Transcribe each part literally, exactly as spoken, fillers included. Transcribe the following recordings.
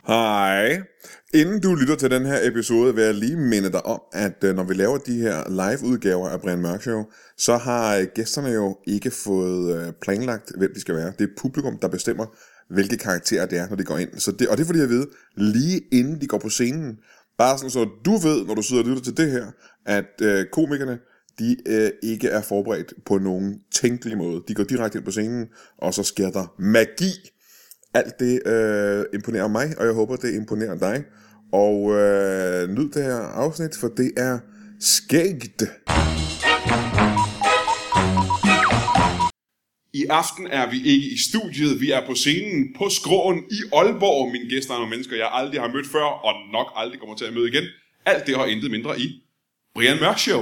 Hej. Inden du lytter til den her episode, vil jeg lige minde dig om, at når vi laver de her live-udgaver af Brian Mørk Show, så har gæsterne jo ikke fået planlagt, hvem de skal være. Det er publikum, der bestemmer, hvilke karakterer det er, når de går ind. Så det, og det får de at vide lige inden de går på scenen. Bare sådan, så du ved, når du sidder og lytter til det her, at øh, komikerne, de øh, ikke er forberedt på nogen tænkelig måde. De går direkte ind på scenen, og så sker der magi. Alt det øh, imponerer mig, og jeg håber, det imponerer dig. Og øh, nyd det her afsnit, for det er skægt. I aften er vi ikke i studiet, vi er på scenen på Skråen i Aalborg. Mine gæster er nogle mennesker, jeg aldrig har mødt før, og nok aldrig kommer til at møde igen. Alt det har intet mindre i Brian Mørk Show.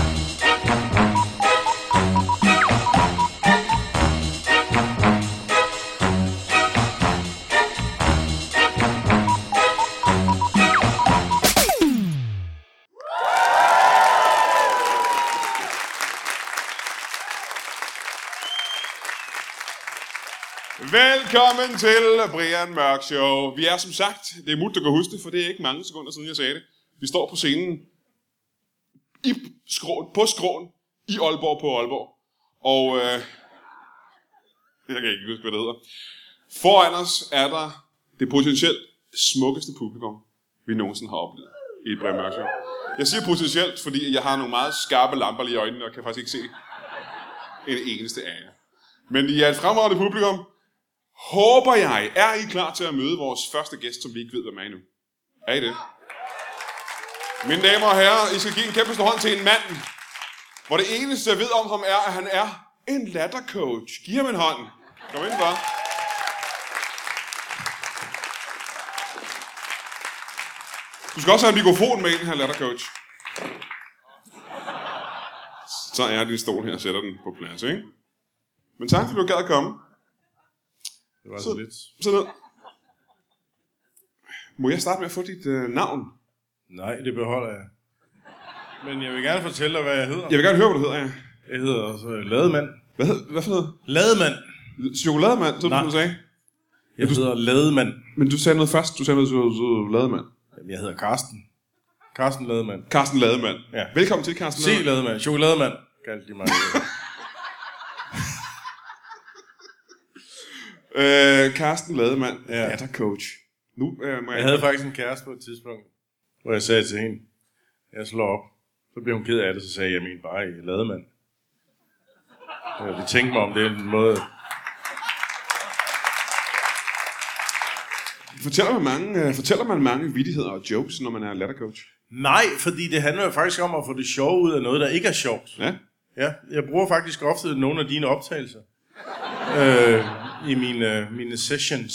Velkommen til Brian Mørk Show. Vi er som sagt, det er muligt, du kan huske det, for det er ikke mange sekunder siden, jeg sagde det. Vi står på scenen i Skråen, på Skråen i Aalborg på Aalborg. Og øh, jeg kan ikke huske, hvad det hedder. Foran os er der det potentielt smukkeste publikum, vi nogensinde har oplevet i et Brian Mørk Show. Jeg siger potentielt, fordi jeg har nogle meget skarpe lamper lige i øjnene, og kan faktisk ikke se en eneste af jer. Men I er et fremragende publikum. Håber jeg, er I klar til at møde vores første gæst, som vi ikke ved, hvem er endnu? Er I det? Mine damer og herrer, I skal give en kæmpe stor hånd til en mand, hvor det eneste, jeg ved om ham, er, at han er en lattercoach. Giv ham en hånd. Kom ind, bare. Du skal også have en mikrofon med ind her, lattercoach. Så er din stol her, sætter den på plads, ikke? Men tak, fordi du gad at komme. Det var så, så lidt. Så ned. Må jeg starte med at få dit øh, navn? Nej, det beholder jeg. Men jeg vil gerne fortælle dig, hvad jeg hedder. Jeg vil gerne høre, hvad du hedder, ja. Jeg hedder også Lademand. Hvad, hvad for noget? Lademand. Chokolademand, som du sagde? Jeg du, hedder Lademand. Men du sagde noget først. Du sagde noget, du hedder Lademand. Jamen, jeg hedder Karsten. Karsten Lademand. Karsten Lademand. Ja. Velkommen til, Karsten Se Lademand. Chokolademand, kaldte de mig. Øh, Karsten Lademand, ja. Lattercoach. Nu øh, må jeg... Jeg havde faktisk en kæreste på et tidspunkt, hvor jeg sagde til hende, jeg slår op. Så blev hun ked af det, så sagde jeg, jeg mener bare, I Lademand. Jeg tænkte mig om det en måde. Fortæller man mange, øh, fortæller man mange vittigheder og jokes, når man er lattercoach? Nej, fordi det handler jo faktisk om at få det sjove ud af noget, der ikke er sjovt. Ja. Ja, jeg bruger faktisk ofte nogle af dine optagelser. øh, I mine, mine sessions.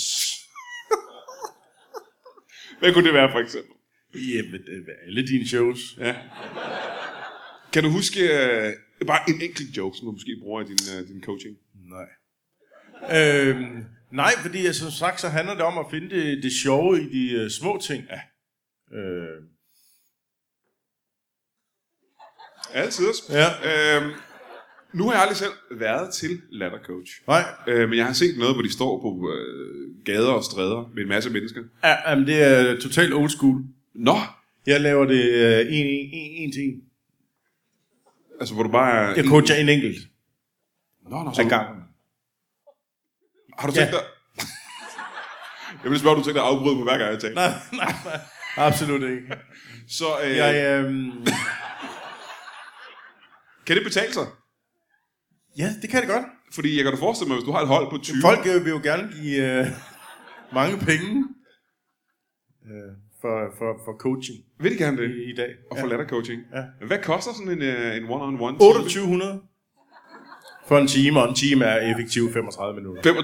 Hvad kunne det være, for eksempel? Jamen, alle dine shows. Ja. Kan du huske uh, bare en enkelt joke, som du måske bruger i din, uh, din coaching? Nej. Øh, nej, fordi som sagt, så handler det om at finde det, det sjove i de uh, små ting. Ja. Øh. Altid. Ja. Øh, Nu har jeg aldrig selv været til lattercoach. Nej. Øh, men jeg har set noget, hvor de står på øh, gader og stræder med en masse mennesker. Ja, men det er totalt old school. Nå! Jeg laver det øh, en, en, en til en. Altså, hvor du bare er... Jeg coacher en enkelt. Nå, nå, så... Ad gangen. Har du tænkt ja. dig... jeg vil spørge, om du tænkt dig at afbryde på hver gang, jeg taler. Nej, nej, nej. Absolut ikke. Så, øh... Jeg, øh... kan det betale sig? Ja, det kan det godt. Fordi jeg kan da forestille mig, hvis du har et hold på tyve... Folk øh, vil jo gerne give øh, mange penge øh, for, for, for coaching. Vil de gerne det? I, i dag. Og for ja. lattercoaching? Ja. Hvad koster sådan en, uh, en one-on-one time? otteogtyve hundrede for en time, og en time er effektivt femogtredive minutter. Fem...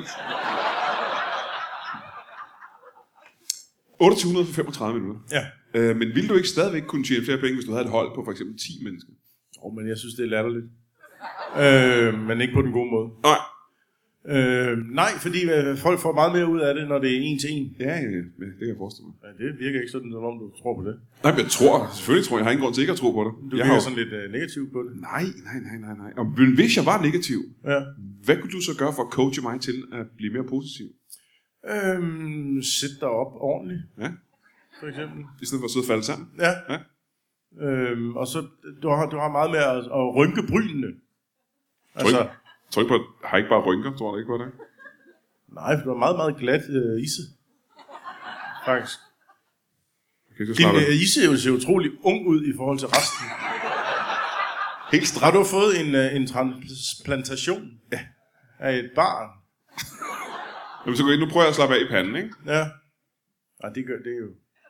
otteogtyve hundrede for femogtredive minutter? Ja. Øh, men ville du ikke stadigvæk kunne tjene flere penge, hvis du havde et hold på for eksempel ti mennesker? Jo, men jeg synes, det er latterligt. Øh, men ikke på den gode måde. Nej. Øh, nej, fordi øh, folk får meget mere ud af det, når det er en til en. Ja, ja, ja, det kan jeg forestille mig. Ja, det virker ikke sådan, som om du tror på det. Nej, men jeg tror, selvfølgelig tror jeg, jeg har ingen grund til ikke at tro på det. Du jeg virker har... sådan lidt øh, negativ på det. Nej, nej, nej, nej, nej. Og, men hvis jeg var negativ, ja. hvad kunne du så gøre for at coache mig til at blive mere positiv? Øhm, sæt dig op ordentligt. Ja. For eksempel. I stedet for at sidde og falde sammen. Ja. Ja. Øhm, og så, du har, du har meget med at, at rynke brynene. Altså, Tryk, tryk på, har ikke bare rynker, tror du ikke på det? nej, for du har meget, meget glat øh, isse. Faktisk. Okay, så Din slapper. øh, isse jo ser utrolig ung ud i forhold til resten. Helt Har stram. du fået en, øh, en transplantation ja. af et barn? Jamen, så gå ind, nu prøver jeg at slappe af i panden, ikke? Ja. Nej, det gør det jo.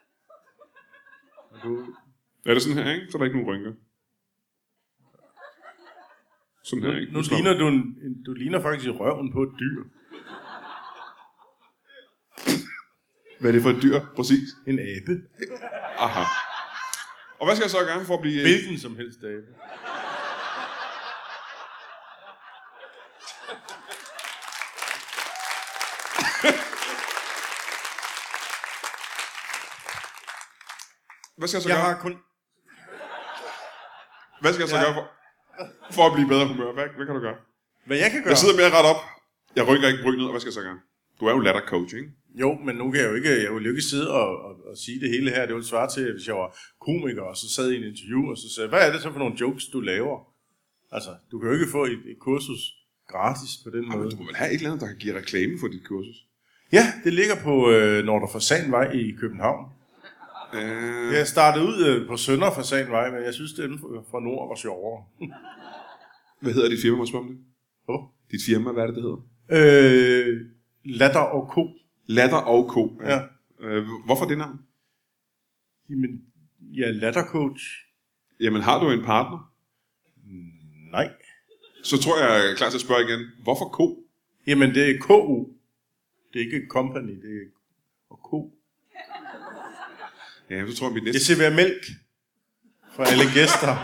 Og du, Er det sådan her, ikke? Så er der ikke nogen rynker. Sådan her, ikke? nu ligner du, en, en, du ligner faktisk i røven på et dyr. Hvad er det for et dyr, præcis? En abe. Aha. Og hvad skal jeg så gøre for at blive... Hvilken som helst abe. Hvad skal jeg så Jeg gøre? har kun... Hvad skal jeg så Ja. gøre for, for at blive bedre humør? Hvad, hvad kan du gøre? Hvad jeg kan gøre? Jeg sidder med at rette op. Jeg rykker ikke brynet, og hvad skal jeg så gøre? Du er jo lattercoach, ikke? Jo, men nu kan jeg jo ikke, jeg vil jo ikke sidde og, og, og sige det hele her. Det ville svare til, hvis jeg var komiker, og så sad i en interview, og så sagde, hvad er det så for nogle jokes, du laver? Altså, du kan jo ikke få et, et kursus gratis på den Jamen, måde. du må vel have et eller andet, der kan give reklame for dit kursus. Ja, det ligger på øh, Nordre Fasanvej i København. Øh, Jeg startede ud øh, på Søndre Fasanvej, men jeg synes, det fra nord var sjovere. hvad hedder dit firma, må jeg spørge om det? Oh. Dit firma, hvad er det, det hedder? Øh, Latter og Co. Latter og Co. Ja. Øh, hvorfor det navn? Jamen, jeg er lattercoach. Jamen, har du en partner? Nej. Så tror jeg, jeg er klar til at spørge igen. Hvorfor Co? Jamen, det er K O. Det er ikke company, det er og Co. Ja, så tror jeg, mit næste... Jeg serverer mælk for alle gæster.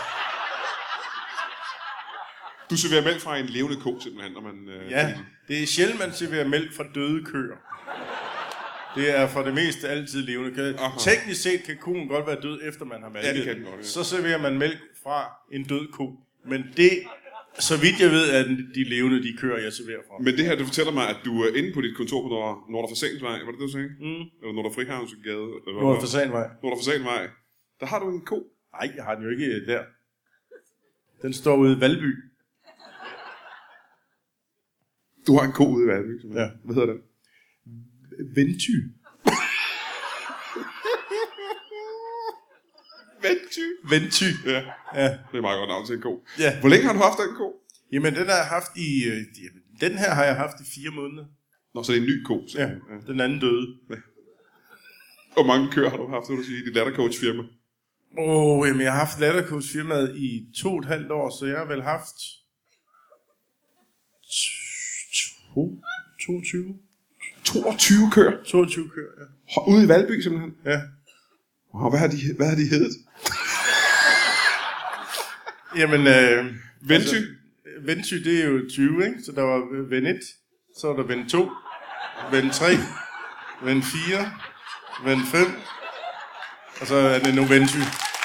Du serverer mælk fra en levende ko, simpelthen, når man... Øh, Ja, det er sjældent, man serverer mælk fra døde køer. Det er for det meste altid levende køer. Aha. Teknisk set kan koen godt være død, efter man har malket Ja, det kan den godt, ja. Så serverer man mælk fra en død ko. Men det, så vidt jeg ved, er de levende, de køer, jeg serverer fra. Men det her, det fortæller mig, at du er inde på dit kontor på Nordre, Nordre Fasanvej. Var det det, du sagde? Mm. Eller Nordre Frihavnsgade? Eller Nordre Fasanvej. Nordre Fasanvej. Der har du en ko. Nej, jeg har den jo ikke der. Den står ude i Valby. Du har en ko ude i Valby. Ja. Hvad hedder den? Venty. Venty. Venty. Ja, Ja. det er meget godt navn til en ko. Ja. Hvor længe har du haft den ko? Jamen, den har jeg haft i... Øh, den her har jeg haft i fire måneder. Nå, så det er en ny ko. Ja, den anden døde. Hvor mange køer har du haft, vil du sige, i dit lattercoach firma? Åh, oh, jamen jeg har haft lattercoach firmaet i to og et halvt år, så jeg har vel haft... To, toogtyve. toogtyve køer? toogtyve køer, ja. Ude i Valby, simpelthen? Ja. Wow, hvad har de, hvad har de heddet? Jamen, øh... Venty? Altså, Venty, det er jo tyve, ikke? Så der var Ven et, så var der Ven to, Ven tre, Ven fire, Ven fem, og så er det nu Venty.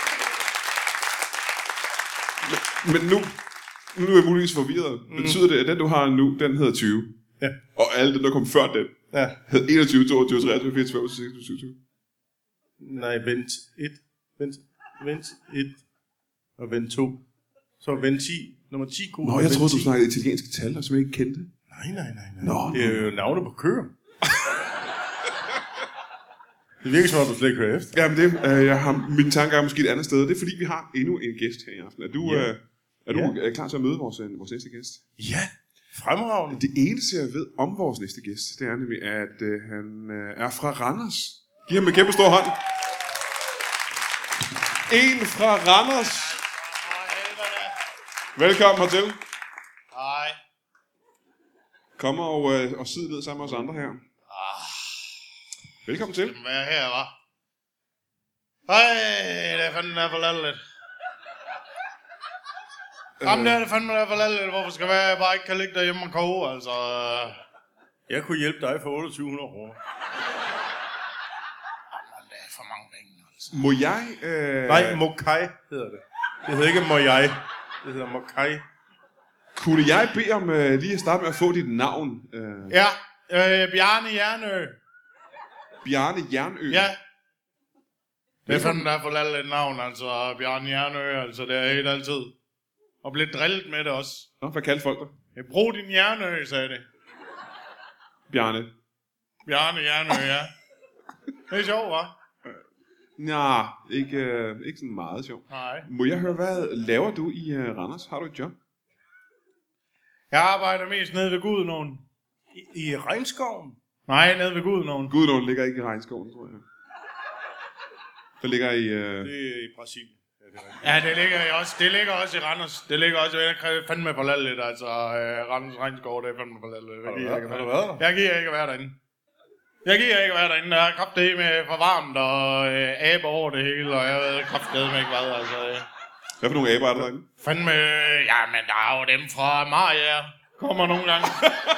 Men nu, nu er jeg muligvis forvirret. Mm. Betyder det, at den, du har nu, den hedder tyve? Ja. Og alle dem, der kom før den, Ja. hed enogtyve, toogtyve, treogtyve, fireogtyve, seksogtyve, syvogtyve? Nej, Vent et, Vent, Vent et, og Vent to. Så Vent ti, nummer ti kode. Nå, jeg troede, du snakkede italienske tal, som jeg ikke kendte. Nej, nej, nej, nej. Nå, det er jo navne på køer. Det virker som om, du slet ikke hører efter. Jamen det, øh, jeg har, mine tanker er måske et andet sted. Det er fordi, vi har endnu en gæst her i aften. Er du, Ja. øh, er du Ja. øh, klar til at møde vores, øh, vores næste gæst? Ja, fremragende. Det eneste, jeg ved om vores næste gæst, det er nemlig, at øh, han øh, er fra Randers. Giv ham en kæmpe stor hånd. En fra Randers. Velkommen hertil. Hej. Kom og, øh, og sid ned sammen med os andre her. Ah, Velkommen til. den være her, hva'? Hej, det er fandme der for latterligt. Jamen, det er det fandme der for latterligt. Hvorfor skal jeg bare ikke kan ligge derhjemme og koge, altså? Jeg kunne hjælpe dig for otteogtyve hundrede kroner. Jamen, det er for mange penge, altså. Må jeg... Øh, Nej, Mokai hedder det. Det hedder ikke Mojai. Det hedder Mokai. Kunne jeg bede om øh, lige at starte med at få dit navn? Øh, Ja, Øh, Bjarne Jernø. Bjarne Jernø? Ja. Det er fandme, der har fået lavet et navn, altså Bjarne Jernø, altså det er helt altid. Og blev drillet med det også. Nå, hvad kaldte folk dig? Jeg brug din Jernø, sagde det. Bjarne. Bjarne Jernø, ja. Det er sjovt, hva'? Nej, ikke, øh, ikke sådan meget sjovt. Nej. Må jeg høre, hvad laver du i øh, Randers? Har du et job? Jeg arbejder mest nede ved Gudenåen. I, i regnskoven? Nej, nede ved Gudenåen. Gudnåen ligger ikke i regnskoven, tror jeg. Det ligger i... Øh... Det er i Brasilien. Ja, det, er Ja, det ligger også, det ligger også i Randers. Det ligger også, jeg kræver fandme for lidt, altså øh, Randers Regnskov, det er fandme for lidt. Jeg giver ikke har du være været der? Jeg giver ikke at være derinde. Jeg giver ikke at være derinde. Der er kraftedeme med for varmt og øh, abe over det hele, og jeg ved kraftedeme ikke hvad, altså. Øh. Hvad for nogle aber er der derinde? Fandme, ja, men der er jo dem fra Maja. Kommer nogle gange.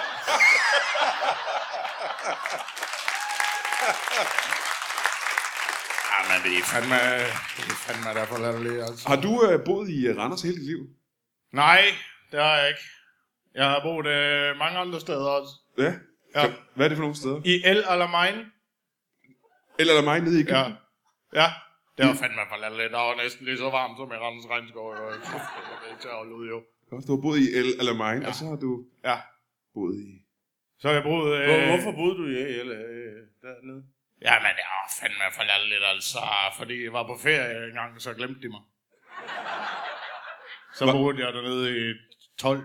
Ja, men det er fandme, det er fandme derfor latterligt, altså. Har du øh, boet i øh, Randers hele dit liv? Nej, det har jeg ikke. Jeg har boet øh, mange andre steder også. Ja. Ja. Så, hvad er det for nogle steder? I El Alamein. Eller er der mig nede i Egypten? Ja. Ja. Det var fandme for latterligt. Der var næsten lige så varmt som i Randers Regnskov. Jeg var ikke til at holde ud, jo. Du har boet i El Alamein, ja. Og så har du Ja. boet i... Så har jeg boet... Øh... Hvor, hvorfor boede du i eller øh, dernede? Ja, men det var fandme for latterligt, altså. Fordi jeg var på ferie engang, så glemte de mig. Så Hva? boede jeg dernede i tolv...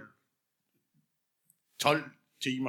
tolv timer.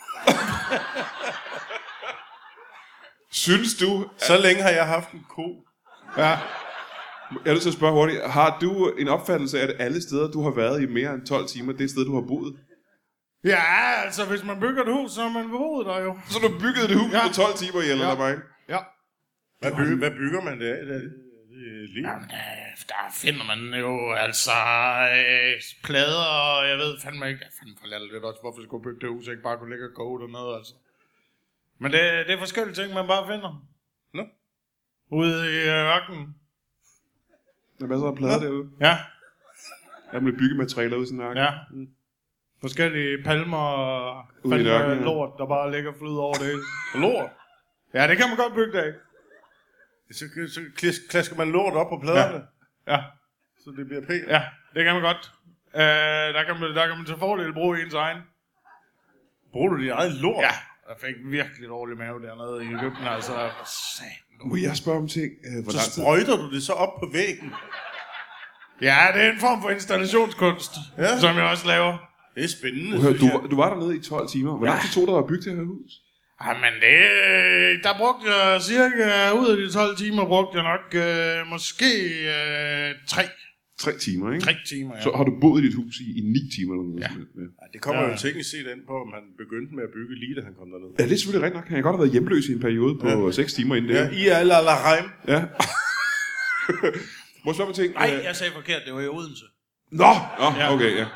Synes du... Så længe har jeg haft en ko. Ja. Jeg er nødt til at spørge hurtigt. Har du en opfattelse af, at alle steder, du har været i mere end tolv timer, det er sted, du har boet? Ja, altså, hvis man bygger et hus, så har man boet der jo. Så du byggede et hus Ja. på tolv timer i El Alamein? Ja. Hvad, bygger, hvad bygger man det af? Det, det, det er lige. Jamen, der, der finder man jo altså øh, plader, og jeg ved fandme ikke, jeg fandme for latterligt også, hvorfor jeg skulle bygge det hus, jeg ikke bare kunne ligge og koge dernede, altså. Men det, det er forskellige ting, man bare finder. Nå. Ude i øh, ørkenen. Der er masser af plader derude. Ja, Der er med byggematerialer ude i sådan en ørken. ja. Forskellige palmer og Ude i fandme ørkenen, ja. lort, der bare ligger og flyder over det hele. Lort. Ja, det kan man godt bygge det af. Så, så klas- klasker man lort op på pladerne, ja. Ja, Så det bliver pænt. ja, det kan man godt. Øh, der, kan man, der kan man til fordel bruge ens egen. Bruger du dit eget lort? Ja, jeg fik virkelig dårlig mave dernede i Egypten, altså. Må jeg spørge om ting? Øh, Hvor Så lang tid? sprøjter du det så op på væggen? Ja, det er en form for installationskunst, Ja. ja. som jeg også laver. Det er spændende, Hør, synes du, jeg. var- du var dernede i tolv timer. Hvor lang tid tog det at bygge det her hus? Jamen det, der brugte jeg cirka, ud af de tolv timer, brugte jeg nok øh, måske øh, tre, Tre timer, ikke? tre timer, ja. Så har du boet i dit hus i, i ni timer eller noget? Ja. Ja. Ja, det kommer Ja. jo teknisk set ind på, om han begyndte med at bygge lige, da han kom derned. Ja, det er selvfølgelig rigtigt nok. Han kan godt have været hjemløs i en periode på ja. seks timer inden det. Ja, i al Alaheim. Ja. Må jeg spørge på ting? Nej, Øh, jeg sagde forkert, det var i Odense. Nå! Nå, Ja. okay, ja.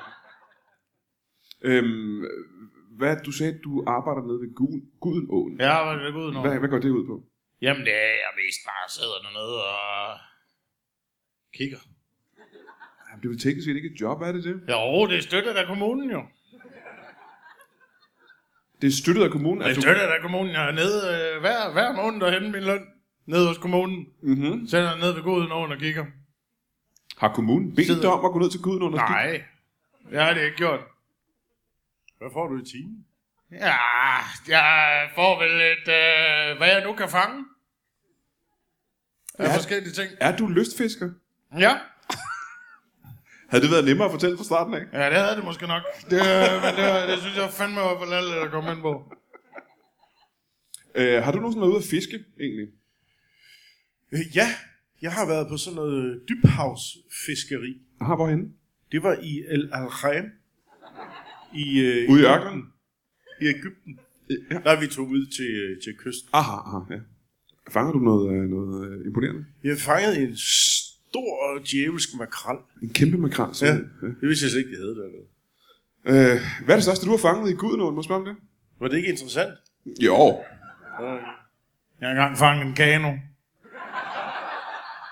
Øhm, hvad du sagde, du arbejder nede ved Guden, Gudenåen. Ja, hvad er det ud nu? Hvad, hvad går det ud på? Jamen det er, jeg mest bare sidder dernede og kigger. Jamen, det er vel teknisk set ikke et job, er det det? Jo, det er støttet af kommunen jo. Det er støttet af kommunen. Det er at du- støttet af kommunen. Jeg er nede øh, hver, hver måned og hente min løn. Nede hos kommunen. Mhm. Så jeg ned ved Gudenåen og kigger. Har kommunen bedt Sidder- dig om at gå ned til Gudenåen? og kigge? Nej, det har det ikke gjort. Hvad får du i timen? Ja, jeg får vel et, øh, hvad jeg nu kan fange. Af Ja. forskellige ting. Er du lystfisker? Ja. Havde det været nemmere at fortælle fra starten af? Ja, det havde det måske nok. Det, øh, men det, det synes jeg fandme var for latterligt at komme ind på. Øh, har du nogensinde været ude at fiske, egentlig? Øh, ja, jeg har været på sådan noget dybhavsfiskeri. Aha, hvorhenne? Det var i El Alaheim. I, øh, Ude i Egypten. ørkenen? I Egypten. Ja. Der vi tog ud til, øh, til kysten. Aha, aha, ja. Fanger du noget, øh, noget øh, imponerende? Jeg fangede en stor djævelsk makrel. En kæmpe makrel. Ja, Ja. det vidste jeg slet ikke, det hed dernede. Øh, hvad er det største, du har fanget i Gudenåen? Må jeg spørge om det? Var det ikke interessant? Jo. Jeg har engang fanget en kano.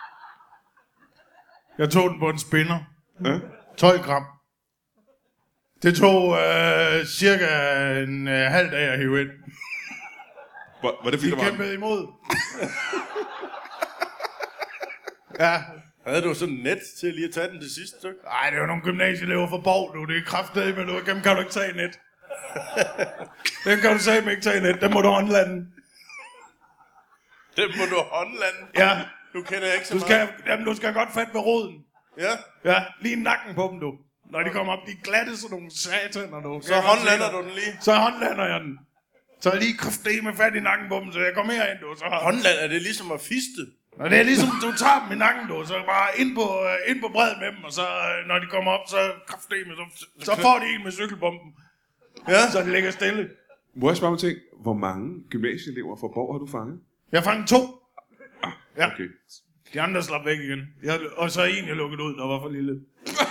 Jeg tog den på en spinner. Ja. tolv gram. Det tog øh, cirka en øh, halv dag at hive ind. Var, var det fordi, De der var... kæmpede imod. Ja. Havde du sådan net til lige at tage den til sidste stykke? Ej, det var nogle gymnasieelever fra Borg, du. Det er kraftedeme, men du. Dem kan du ikke tage i net. Dem kan du sige, ikke tage i net. Dem må du håndlande. Den må du håndlande. Ja. Du kender jeg ikke så Du skal, meget. jamen, du skal godt fat ved roden. Ja. Ja, lige i nakken på dem, du. Når de kommer op, de glatte sådan nogle sataner, du. Så håndlander du den lige. Så håndlander jeg den. Så er lige kraftedeme fat i nakken på dem, så jeg går mere ind, du. Så Håndland, er det ligesom at fiste? og det er ligesom, du tager dem i nakken, du. Så bare ind på, uh, ind på bred med dem, og så uh, når de kommer op, så kraftedeme, så, så får de en med cykelbomben. Ja. Så de ligger stille. Må jeg spørge mig ting? Hvor mange gymnasieelever fra Borg har du fanget? Jeg fangede to. Ja. Okay. De andre slap væk igen. Jeg, og så en, jeg lukkede ud, der var for lille.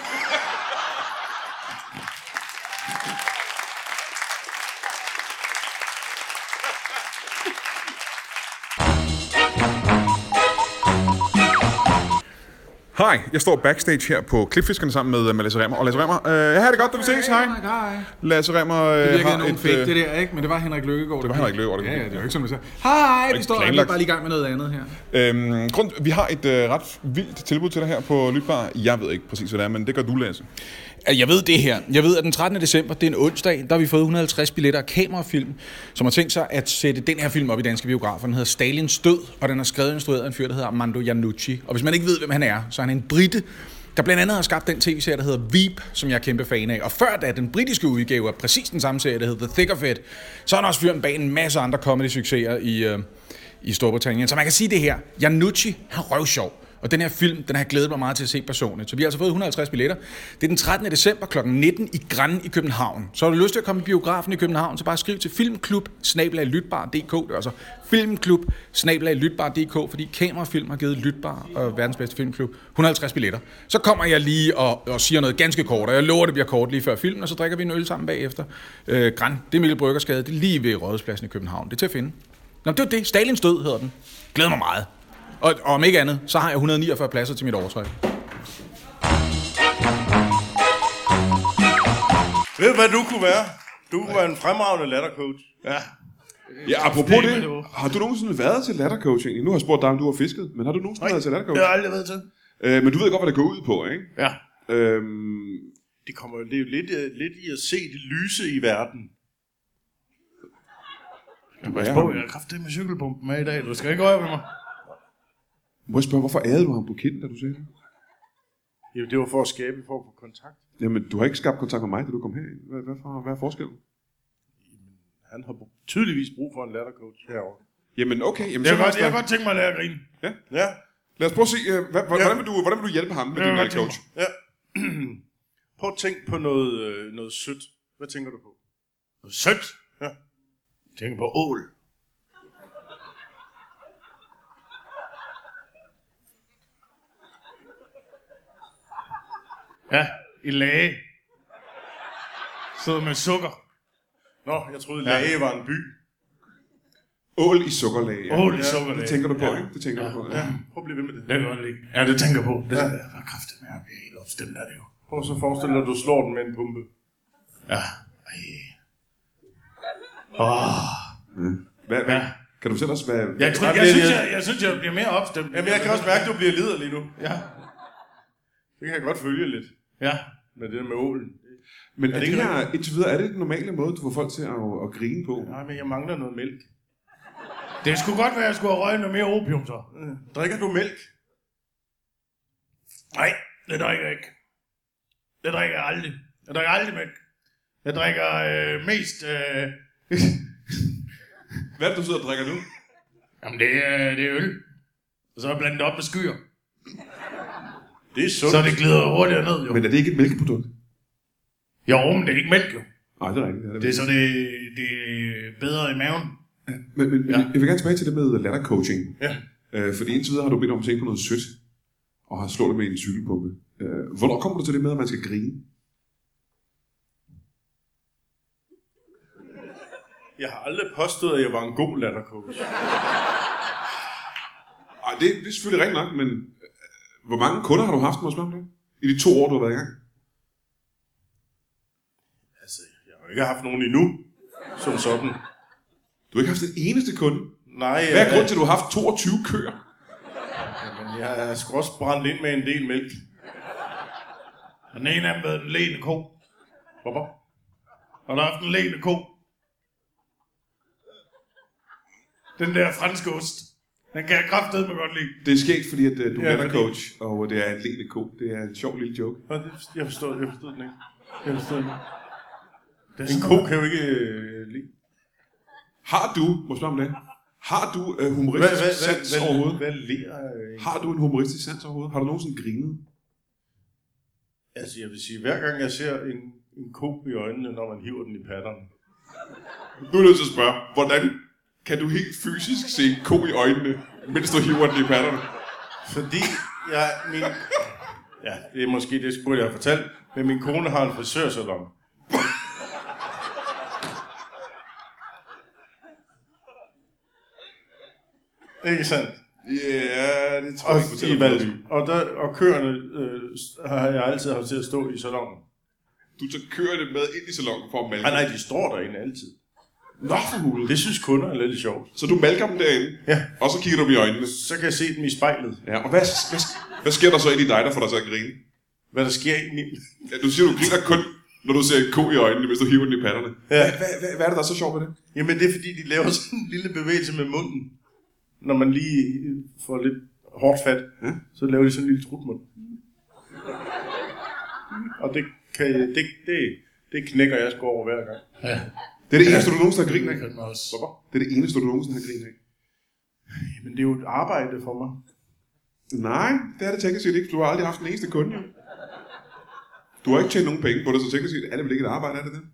Hej, jeg står backstage her på Klipfiskerne sammen med, med Lasse Remmer. Og Lasse Remmer, øh, jeg har det godt, da vi ses. Hej. Hej. Lasse Remmer øh, Det virkede har nogen et... fake, Øh, det der, ikke? Men det var Henrik Løkkegaard. det var Henrik Løkkegaard, det Ja, kunne- ja, det var ikke som det sagde. Hej, vi ikke står vi er planlagt. bare lige i gang med noget andet her. øhm, grund, vi har et øh, ret vildt tilbud til dig her på Lytbar. Jeg ved ikke præcis, hvad det er, men det gør du, Lasse. Jeg ved det her. Jeg ved, at den trettende december, det er en onsdag, der har vi fået et hundrede og halvtreds billetter af kamerafilm, som har tænkt sig at sætte den her film op i danske biografer. Den hedder Stalins død, og den er skrevet og instrueret af en fyr, der hedder Armando Iannucci. Og hvis man ikke ved, hvem han er, så er han en brite, der blandt andet har skabt den tv-serie, der hedder Veep, som jeg er kæmpe fan af. Og før da den britiske udgave er præcis den samme serie, der hedder The Thick of It, så er han også fyren bag en masse andre comedy-succeser i, øh, i Storbritannien. Så man kan sige det her. Iannucci, han er røvsjov. Og den her film, den har jeg glædet mig meget til at se personligt. Så vi har altså fået et hundrede og halvtreds billetter. Det er den trettende december klokken nitten i Grand i København. Så har du lyst til at komme i biografen i København, så bare skriv til filmklub snabel-a lytbar punktum d k. Det er altså filmklub snabel-a lytbar punktum d k, fordi Kamerafilm har givet Lytbar og verdens bedste filmklub et hundrede og halvtreds billetter. Så kommer jeg lige og, og siger noget ganske kort, og jeg lover, det bliver kort lige før filmen, og så drikker vi en øl sammen bagefter. Øh, Grand, det er Mikkel Bryggersgade, det er lige ved Rådhuspladsen i København. Det er til at finde. Nå, det var det. Stalins død hedder den. Glæder mig meget. Og, og om ikke andet, så har jeg et hundrede og niogfyrre pladser til mit overtræk. Ved du, hvad du kunne være? Du kunne være en fremragende lattercoach. Ja. Ja, apropos Det er det, med det. har du nogensinde været til lattercoaching? Nu har jeg spurgt dig, om du har fisket, men har du nogensinde været til Det lattercoach? har jeg aldrig været til. Øh, men du ved godt, hvad det går ud på, ikke? Ja. Øhm, Det kommer jo det er jo lidt, øh, lidt i at se det lyse i verden. hvad er Åh, ham? jeg har kraftigt med cykelpumpen med i dag. Du skal ikke røre ved mig. Må jeg spørge, hvorfor ærede du ham på kinden, da du sagde det? Jo, det var for at skabe en form for kontakt. Jamen, du har ikke skabt kontakt med mig, da du kom herind. Hvad, hvad, for, hvad er forskellen? Han har tydeligvis brug for en lattercoach herovre. Jamen, okay. Jamen, Jeg så kan lad godt, os jeg kan da- godt tænke mig at lære at grine. Ja. Lad os prøve at se, øh, hvad, Ja. hvordan, vil du, hvordan vil du hjælpe ham med Jeg din kan godt coach? Ja. Prøv at tænke på noget, øh, noget sødt. Hvad tænker du på? Sødt. Ja. Tænk på ål. Ja, i lage. Sidder med sukker. Nå, jeg troede, Lage var en by. Ål i sukkerlag. Ja. Ål i Ja, sukkerlag. Det tænker du på, Ja. ikke? Det tænker du på, ja. Ja, prøv at blive ved med det. Det kan jeg godt lide. Ja, det tænker jeg på. Det er kraftigt med at blive helt opstemt af det jo. Prøv så at forestille dig, at du slår den med en pumpe. Ja. Ej. Åh. Hvad, hvad, Ja. kan du fortælle os, hvad... Jeg, tror, jeg, synes, jeg, jeg synes, jeg bliver mere opstemt. Jamen, jeg kan også mærke, at du bliver liderlig nu. Ja. Det kan jeg godt følge lidt. Ja. Med det der med ålen. Men er, Er det det ikke her, indtil videre, er det den normale måde, du får folk til at, at grine på? Nej, men jeg mangler noget mælk. Det skulle godt være, at jeg skulle have røget noget mere opium så. Øh, Drikker du mælk? Nej, det drikker jeg ikke. Det drikker jeg aldrig. Jeg drikker aldrig mælk. Jeg drikker øh, mest... Øh... Hvad er det, du sidder og drikker nu? Jamen, det er, det er øl. Og så er jeg blandet op med skyer. Det er sundt. Så det glider hurtigere ned, jo. Men er det ikke et mælkeprodukt? Jo, men det er ikke mælk, jo. Nej, det er rigtigt. Det er det. Det er så det, det er bedre i maven. Men, men Ja. ja. jeg vil gerne tilbage til det med lattercoaching. Ja. Øh, fordi indtil videre har du bedt om at tænke på noget sødt, og har slået det med en cykelpumpe. Øh, hvornår kommer du til det med, at man skal grine? Jeg har aldrig påstået, at jeg var en god lattercoach. Ej, det, det er selvfølgelig rigtigt nok, men øh, hvor mange kunder har du haft, må jeg spørge om det? I de to år, du har været i gang? har ikke haft nogen endnu, som sådan. Du har ikke haft den eneste kunde? Nej. Hvad er grunden til, at du har haft toogtyve køer? Jamen, jeg har sgu også brændt ind med en del mælk. Og den ene af dem været den lene ko. Hvorfor? Har du haft en lene ko? Den der franske ost. Den kan jeg kraftedeme godt lide. Det er sket, fordi at, uh, du er Ja, ja, fordi- coach, og det er en lille ko. Det er en sjov lille joke. Nå, det, jeg forstår, jeg forstår den ikke. Jeg forstår den ikke. En ko kan jo ikke øh, lide. Har du, må jeg spørge om det, har du uh, Hvad, humoristisk hvad, sans hvad, overhovedet? hvad, hvad ler øh, Har du en humoristisk sans overhovedet? Har du nogensinde grinet? Altså, jeg vil sige, hver gang jeg ser en, en ko i øjnene, når man hiver den i patterne. Nu er jeg nødt til at spørge, hvordan kan du helt fysisk se en ko i øjnene, mens du hiver den i patterne? Fordi jeg, min... Ja, det er måske det, burde jeg have fortalt. Men min kone har en frisørsalon. Ikke sandt? Ja, det tror Og jeg ikke i fortæller Valby. Og, der, og køerne øh, har jeg altid haft til at stå i salonen. Du så kører det med ind i salonen for at malke. Nej, nej, de står derinde altid. Nå for hulet. Det synes kunder er lidt sjovt. Så du malker dem derinde, Ja. og så kigger du dem i øjnene. Så kan jeg se dem i spejlet. Ja, og hvad, hvad, hvad sker der så ind i dig, der får dig til at grine? Hvad der sker i min... Ja, du siger, du griner kun, når du ser en ko i øjnene, hvis du hiver den i patterne. Ja. Hvad, hvad, hvad, hvad er det, der er så sjovt ved det? Jamen det er fordi, de laver sådan en lille bevægelse med munden. Når man lige får lidt hårdt fat, Ja. så laver de sådan en lille trutmund. Og det, kan, det, det, det knækker jeg sgu over hver gang. Ja, Det er det eneste, du nogensinde har grinet af. det kan man også. Hvorfor? Det er det eneste, du nogensinde har grinet af. Men det er jo et arbejde for mig. Nej, det er det teknisk set ikke. Du har aldrig haft den eneste kunde, jo. Du har ikke tjent nogen penge på det, så teknisk set er det vel ikke et arbejde, er det det?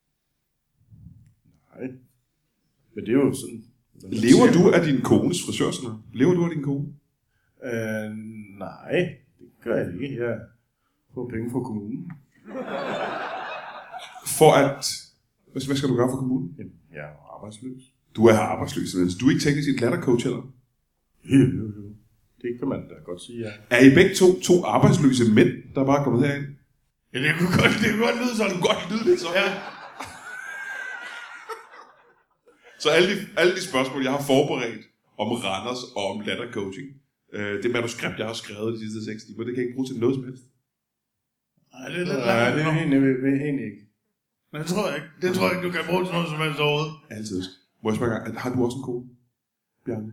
Nej. Men det er jo sådan... Lever du af din kones frisørsalon? Lever du af din kone? Øh, nej, det gør jeg ikke. Jeg får penge fra kommunen. For at... Hvad hvad skal du gøre for kommunen? Jamen, jeg er jo arbejdsløs. Du er arbejdsløs, men du er ikke teknisk set lattercoach heller. Jo, jo, jo. Det kan man da godt sige, ja. Er I begge to, to arbejdsløse mænd, der bare er kommet herind? Ja, det kunne godt, det kunne godt lyde sådan. Godt lyde lidt sådan. Ja. Så alle de, alle de spørgsmål, jeg har forberedt om Randers og om lattercoaching, øh, det manuskript, jeg har skrevet de sidste seks timer, det kan jeg ikke bruge til noget som helst. Nej, det er lidt Nej, det er langt. egentlig, egentlig ikke. Men det tror jeg ikke. Det tror jeg ikke, du kan bruge til noget som helst overhovedet. Altid. Må jeg spørge, har du også en kone, Bjarne?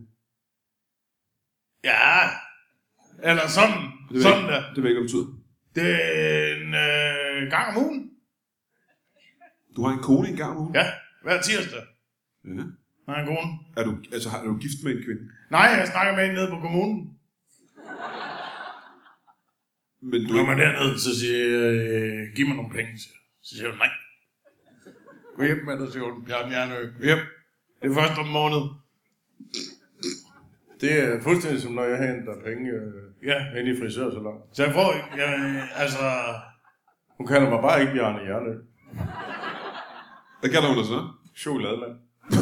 Ja. Eller sådan. Det ved Sådan jeg, der. det ved jeg ikke, hvad det betyder. Det er en øh, gang om ugen. Du har en kone en gang om ugen? Ja, hver tirsdag. Ja. Har jeg en kone. Er du, altså, er du gift med en kvinde? Nej, jeg snakker med en nede på kommunen. Men du Når man er dernede, så siger jeg, øh, giv mig nogle penge. Så siger hun, nej. Gå hjem med dig, siger hun, Bjarne Jernø. Gå hjem. Det er først om måned. Det er fuldstændig som når jeg henter penge øh, Ja. ind i frisørsalon. Så jeg får ikke, jeg, altså... Hun kalder mig bare ikke Bjarne Jernø. Hvad kalder hun dig så? Chokolademand.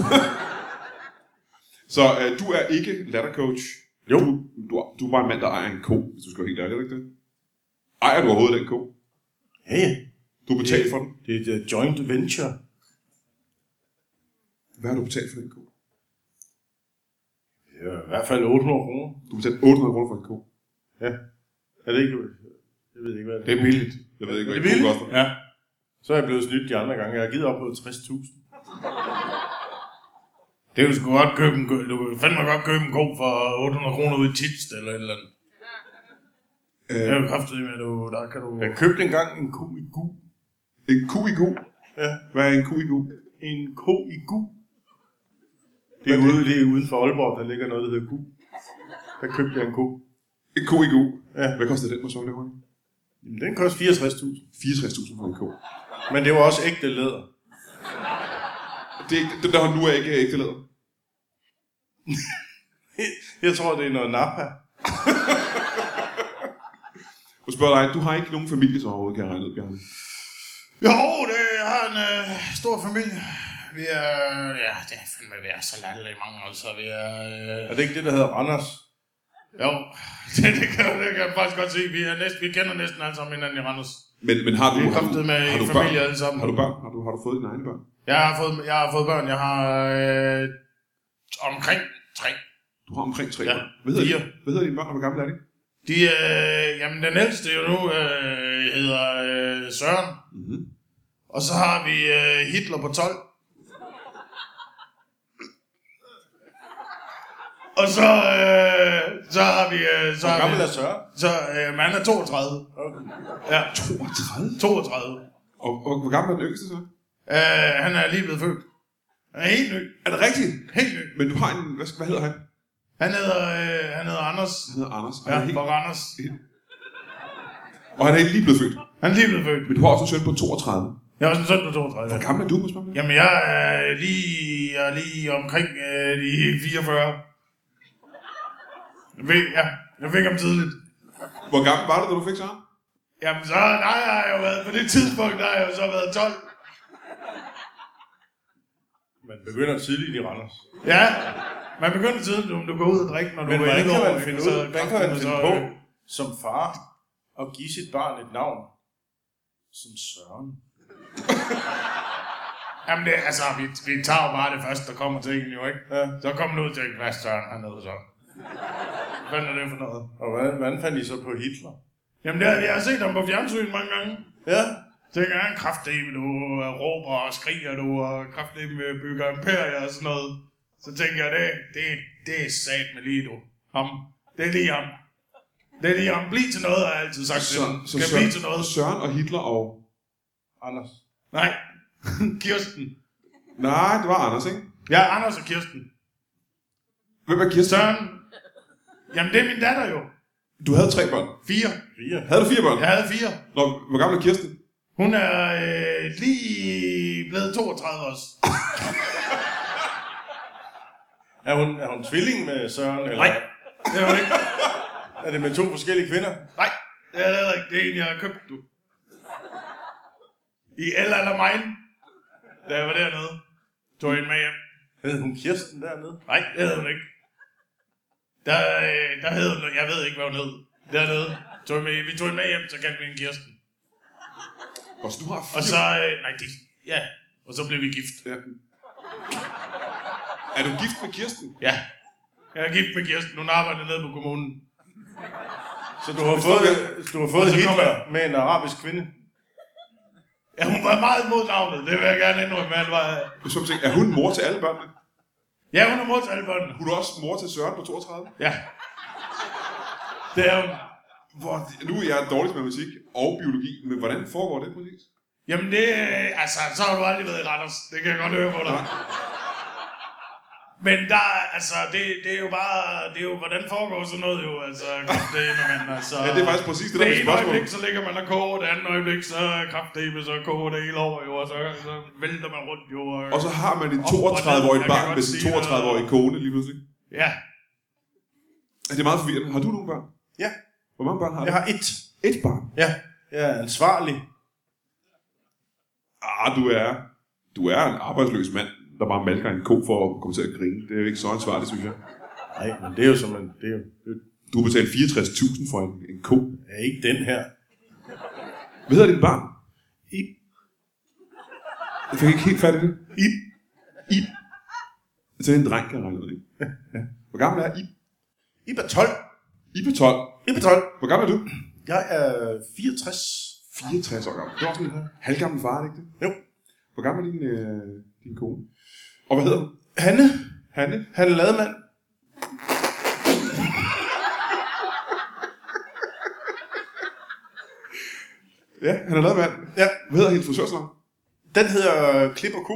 Så øh, du er ikke lattercoach. Jo. Du, du, du er bare en mand, der ejer en ko, hvis du skal være helt ærlig, er det ikke det? Ejer du overhovedet den ko? Ja, ja. Du har betalt for den. Det er et joint venture. Hvad har du betalt for den ko? Det er i hvert fald otte hundrede kroner. Du har betalt otte hundrede kroner for en ko. Ja. Er det ikke... Jeg ved ikke, hvad det Det er billigt. Jeg ved ikke, hvad Er det en ko billigt? koster. Ja. Så er jeg blevet snydt de andre gange. Jeg har givet op på tres tusind. Det kan du sgu godt købe en, du kan fandme godt købe en ko for otte hundrede kroner ude i Tilst eller et eller andet. Øh, Det er jo kraftigt med, du, der kan du... Jeg købte engang en ko i gu. en ko i gu? Ja. Hvad er en ko i gu? En ko i gu. Det er, ude, det er uden for Aalborg, der ligger noget, der hedder gu. Der købte jeg en ko. En ko i gu? Ja. Hvad koster den på sådan der? Jamen, den koster fireogtres tusind. fireogtres tusind for en ko. Men det var også ægte læder. Det er ikke, den der nu er ikke ægte læder. Jeg tror, det er noget Napa. Jeg spørger dig, du har ikke nogen familie så overhovedet, kan jeg regne ud, Bjarne? Jo, det jeg har en øh, stor familie. Vi er... Ja, det er fandme ved at så latterligt mange, altså. Vi er... Øh, Er det ikke det, der hedder Randers? jo, det, det, kan, det kan jeg faktisk godt se. Vi, er næsten, vi kender næsten alle sammen hinanden i Randers. Men, men har du, Vi er har du, kraftet med har du familie børn? alle sammen. Har du børn? Har du, har du fået dine egne børn? Jeg har fået, jeg har fået børn. Jeg har øh, omkring tre. Du har omkring tre Ja, børn. Hvad hedder, fire. de, hvad hedder dine børn, og hvor gamle er de? De, øh, jamen den ældste jo nu øh, hedder øh, Søren. Mm-hmm. Og så har vi øh, Hitler på tolv. Og så, øh, så har vi... Øh, så Hvor har gammel vi, er Søren? Så øh, man er toogtredive. Okay. Ja, toogtredive? toogtredive. Og, og hvor gammel er den yngste så? Øh, han er lige blevet født. Han er helt ny. Er det rigtigt? Helt ny. Men du har en... Hvad, hvad hedder han? Han hedder, øh, han hedder Anders. Han hedder Anders. Og Ja, han er helt, for Randers. og han er lige blevet født. Han er lige blevet født. Men du har også en søn på toogtredive. Jeg er også en søn på toogtredive. Hvor gammel er du, må jeg spørge? Jamen, jeg er lige, jeg er lige omkring øh, de fireogfyrre. Jeg fik, ja, jeg fik ham tidligt. Hvor gammel var du, da du fik Søren? Jamen, så nej, jeg har jo været, på det tidspunkt, der har jeg jo så været tolv. Man begynder tidligt i Randers. Ja, man begynder tidligt, om du går ud og drikker, når du Men er hvordan elleve kan år, man finde så ud, hvordan kan man så- finde på som far at give sit barn et navn som Søren? Jamen, det, altså, vi, vi tager jo bare det første, der kommer til en, jo, ikke? Ja. Så kommer du ud til, hvad Søren hernede så? Hvad er det for noget? Og hvordan, hvordan fandt I så på Hitler? Jamen, det, jeg har set ham på fjernsyn mange gange. Ja. Så tænker jeg, kraftedeme, du øh, råber og skriger, du og kraftedeme bygger imperier og sådan noget. Så tænker jeg, det, det, det er sat med lige du. Ham. Det er lige ham. Det er lige ham. Bliv til noget, har jeg altid sagt til Så, ham. så Skal Søren, blive til noget? Søren og Hitler og... Anders. Nej. Kirsten. Nej, det var Anders, ikke? Ja, Anders og Kirsten. Hvem er Kirsten? Søren. Jamen, det er min datter jo. Du havde tre børn. Fire. Fire. Havde du fire børn? Jeg havde fire. Nå, hvor gammel er Kirsten? Hun er øh, lige blevet toogtredive også. Er hun, er hun tvilling med Søren? Eller Nej, det er hun ikke. er det med to forskellige kvinder? Nej, det er det ikke. Det er en, jeg har købt, du. I El Alamein. Da jeg var dernede. Tog jeg en med hjem. Hed hun Kirsten dernede? Nej, det hed hun ikke. Der, øh, der hed hun, jeg ved ikke, hvad hun hed. Dernede. Tog jeg med, vi tog hende med hjem, så kaldte vi en Kirsten. Og så du har fire... Og så, øh, nej, det, ja. Og så blev vi gift. Ja. Er du gift med Kirsten? Ja. Jeg er gift med Kirsten. Hun arbejder nede på kommunen. Så du har fået, du har fået Og så kommer Hitler jeg- med en arabisk kvinde? Ja, hun var meget imod navnet. Det vil jeg gerne indrømme. Han var, Så vil jeg tænke, er hun mor til alle børnene? ja, hun er mor til alle børnene. Hun er også mor til Søren på toogtredive? Ja. Det er hun. Hvor, nu er jeg dårlig til matematik og biologi, men hvordan foregår det præcis? Jamen det, altså, så har du aldrig været i Randers. Det kan jeg godt høre på dig. Men der, altså, det, det er jo bare, det er jo, hvordan foregår sådan noget jo, altså, kraftedeme, men altså... Ja, det er faktisk præcis det, der det er mit ene spørgsmål. øjeblik, så ligger man og koger, det andet øjeblik, så kraftedeme, så koger det hele over jo, og så, så vælter man rundt jo. Og, Og så har man en Op og toogtredive-årig ned, jeg kan barn godt med sin sige det. toogtredive-årige kone lige pludselig. ja, Er det meget forvirrende? Har du nogle børn? Ja. Hvor mange børn har du? Jeg har et. Et barn. Ja. Jeg er ansvarlig. Ah, du er, du er en arbejdsløs mand, der bare malker en ko for at komme til at grine. Det er jo ikke så ansvarligt, synes jeg. Nej, men det er jo som en... Det er jo, det Du har betalt fireogtres tusind for en, en ko. er ikke den her. Hvad hedder dit barn? Ib. Jeg fik ikke helt fat i det. Ib. Ib. Så er det en dreng, jeg regner ud, ikke? Ja. Hvor gammel er Ib? Ib er tolv. Ib er tolv. Ib er tolv. Hvor gammel er du? Jeg er fireogtres. fireogtres år gammel. Det var sådan en halvgammel far, ikke det? Jo. Hvor gammel er din, øh, din kone? Og hvad hedder hun? Hanne. Hanne? Han er lademand. Ja, han er lavet mand. Ja. Hvad hedder hendes frisørsalon? Den hedder Klip og Ko.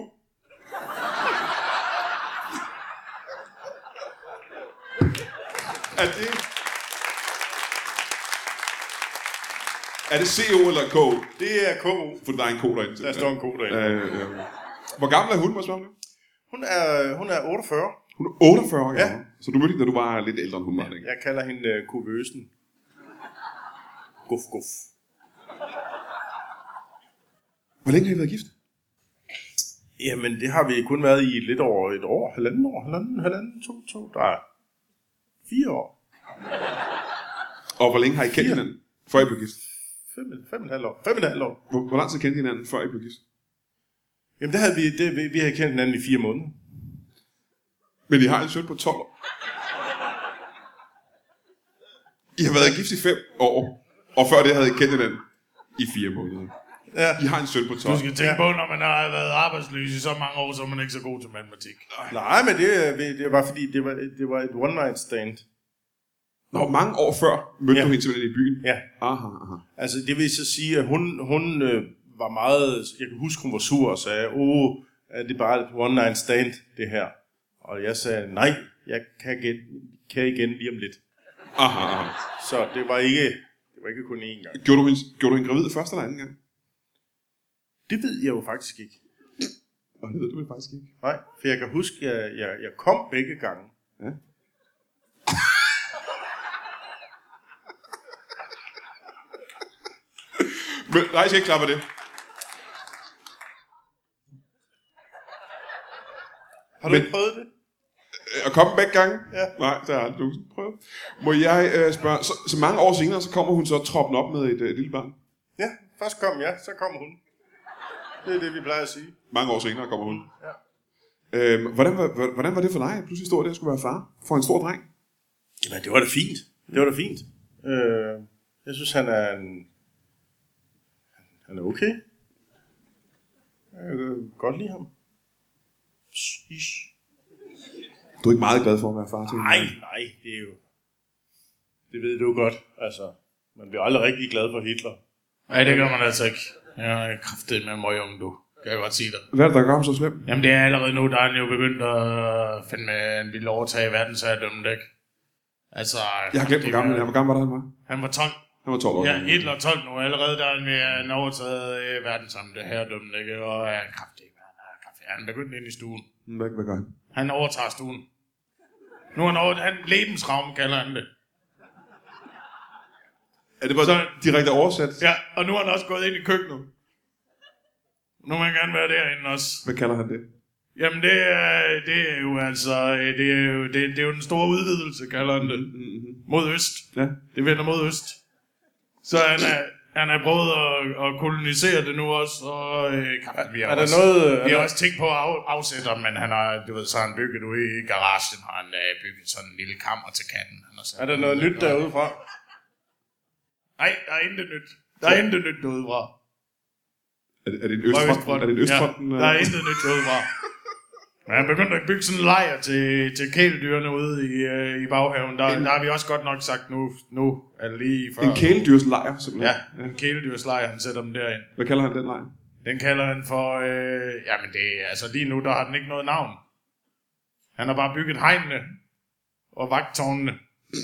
Er det... Er det C O eller K O? Det er K O. For der er en ko derinde. Der står en ko derinde. Øh, øh. Hvor gammel er hun, må jeg spørge om det? Hun er, hun er otteogfyrre. Hun er otteogfyrre år gammel. Ja. Så du mødte hende, da du var lidt ældre end hun var, ikke? Jeg kalder hende uh, Kuvøsen. Guf, guf. Hvor længe har I været gift? Jamen, det har vi kun været i lidt over et år. Halvanden år. Halvanden, halvanden, to, to. Der er fire år. Og hvor længe har I kendt Fire. hinanden, før I blev gift? Fem, fem og et halvt år. Fem og et halvt år. Hvor, hvor lang tid kendte I hinanden, før I blev gift? Jamen, det havde vi, det, vi, vi havde kendt hinanden i fire måneder. Men I har en søn på tolv år. I har været gift i fem år, og før det havde I kendt hinanden i fire måneder. Ja. I har en søn på tolv. Du skal tænke på, når man har været arbejdsløs i så mange år, så er man ikke så god til matematik. Nej, men det, det var fordi, det var, det var et one-night stand. Nå, mange år før mødte Ja. du hende simpelthen i byen? Ja. Aha, aha. Altså, det vil så sige, at hun, hun øh, var meget... Jeg kan huske, hun var sur og sagde, åh, er det bare et one-night stand, det her? Og jeg sagde, nej, jeg kan, igen, kan igen lige om lidt. Aha, aha. Så det var ikke, det var ikke kun én gang. Gjorde du hende, gjorde du hende gravid første eller anden gang? Det ved jeg jo faktisk ikke. Og det ved du faktisk ikke. Nej, for jeg kan huske, at jeg, jeg, jeg kom begge gange. Ja. Men nej, jeg skal ikke klappe det. Har du Men- ikke prøvet det? At komme begge gange? Ja. Nej, det har jeg aldrig nogensinde prøvet. Må jeg øh, spørge, så, så mange år senere, så kommer hun så troppen op med et, øh, et lille barn? Ja, først kom jeg, så kom hun. Det er det, vi plejer at sige. Mange år senere kommer hun. Ja. Øhm, hvordan, var, hvordan var det for dig, at pludselig stod der, at skulle være far for en stor dreng? Jamen, det var da fint. Det var da fint. Øh, jeg synes, han er en... Han er okay. Jeg kan godt lide ham. Ish. Du er ikke meget glad for at være far til Nej, nej, det er jo... Det ved du godt. Altså, man bliver aldrig rigtig glad for Hitler. Nej, det gør man altså ikke. Jeg er kraftigt med mig unge, du. Kan jeg godt sige dig. Hvad er det, der gør ham så slemt? Jamen, det er allerede nu, der er han jo begyndt at finde med en lille overtag i verdensherredømmet, ikke? Altså... Jeg har glemt, hvor gammel han er. Hvor gammel var det, han var? Han var tolv. Han var tolv år. Ja, et eller tolv nu. Allerede der er han ved at overtaget øh, verdenssamlet herredømmet, ikke? Og er kraftig. Han er kraftig. Han er begyndt ind i stuen. Hvad, hvad gør han? Han overtager stuen. Nu er han over... Han, Lebensraum kalder han det. Er det bare Så- direkte oversat? Ja, og nu er han også gået ind i køkkenet. Nu må han gerne være derinde også. Hvad kalder han det? Jamen det er, det er jo altså, det er jo, det, det er jo den store udvidelse, kalder han det. Mm-hmm. Mod øst. Ja. Det vender mod øst. Så han er, han er prøvet at, at kolonisere det nu også, og øh, vi har, Er der også, noget... vi Er har der, også tænkt på at af, afsætte ham, men han har, du ved, så har han bygget ude i garagen, har han øh, bygget sådan en lille kammer til katten. Han har sat er der noget nyt derude fra? Nej, der er intet nyt. Der er intet nyt derudefra. Er det, er det en østfront? Er det en østfronten? Ja, der er intet nyt derudefra. Men han begyndte at bygge sådan en lejr til, til kæledyrene ude i, øh, i baghaven. Der, En- der har vi også godt nok sagt, nu, nu er det lige før. En kæledyrslejr, simpelthen. Ja, en kæledyrslejr, han sætter dem derind. Hvad kalder han den lejr? Den kalder han for, øh, jamen det er, altså lige nu, der har den ikke noget navn. Han har bare bygget hegnene og vagttårnene.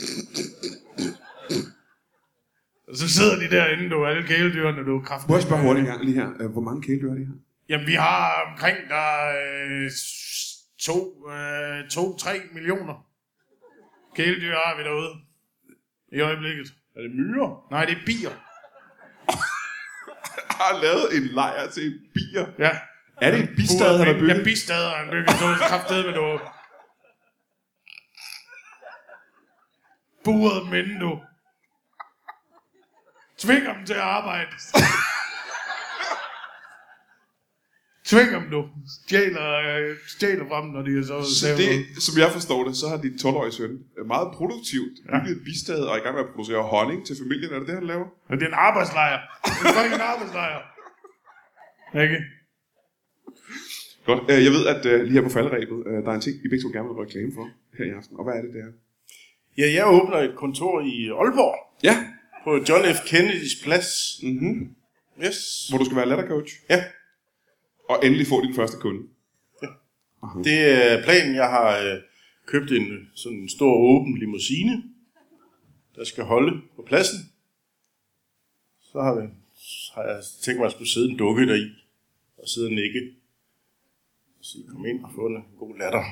Og så sidder de derinde, du, alle kæledyrene, du er kraftigt. Må jeg spørge hurtigt en gang lige her. Øh, Hvor mange kæledyr er det her? Jamen, vi har omkring der øh, to, øh, to, tre millioner kæledyr har vi derude i øjeblikket. Er det myrer? Nej, det er bier. Har lavet en lejr til bier. Ja. Er det en bistad, han har bygget? Ja, bistad har han bygget. Så er det kraftedeme med du. Buret dem inden, du. Tvinger dem til at arbejde. Tvinger dem, du. Stjæler, øh, stjæler frem, når de er så... Så det, som jeg forstår det, så har dit tolv-årige søn meget produktivt bygget et bistad og er i gang med at producere honning til familien. Er det det, han laver? Men det er en arbejdslejr. Det er fucking en arbejdslejr. Ikke? Godt. Øh, Jeg ved, at uh, lige her på falderæbet, uh, der er en ting, I begge to gerne vil reklame for her i aften. Og hvad er det, det er? Ja, jeg åbner et kontor i Aalborg. Ja. På John F. Kennedys plads. Mm-hmm. Yes. Hvor du skal være lettercoach. Ja, Og endelig få din første kunde. det er planen. Jeg har øh, købt en sådan en stor åben limousine, der skal holde på pladsen. Så har, vi, så har jeg tænkt mig, at jeg skulle sidde en dukke deri og sidde og nikke. Og sige, kom ind og få en god latter.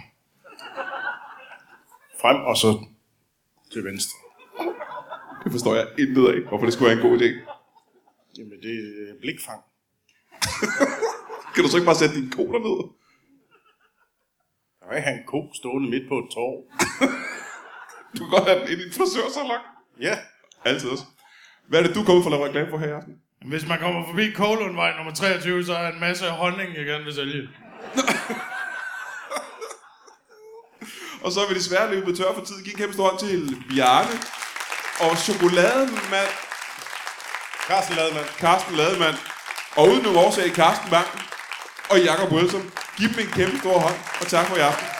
Frem og så til venstre. Det forstår jeg intet af, hvorfor det skulle være en god idé. Jamen, det er blikfang. Kan du så ikke bare sætte dine koner ned? Der kan ikke have en ko stående midt på et torv. Du kan godt have den inde i en frisørsalon. Ja. Altid også. Hvad er det, du kommer for at lave reklame for her i aften? Hvis man kommer forbi Kålundvej nummer treogtyve, så er en masse honning, jeg gerne vil sælge. Og så er vi desværre løbet tør for tid. Giv en kæmpe stor hånd til Bjarne. Og chokolademand. Carsten Lademann. Carsten Lademann. Og uden nogen årsag, Carsten Bang og Jakob Wilson. Giv dem en kæmpe stor hånd, og tak for i aften.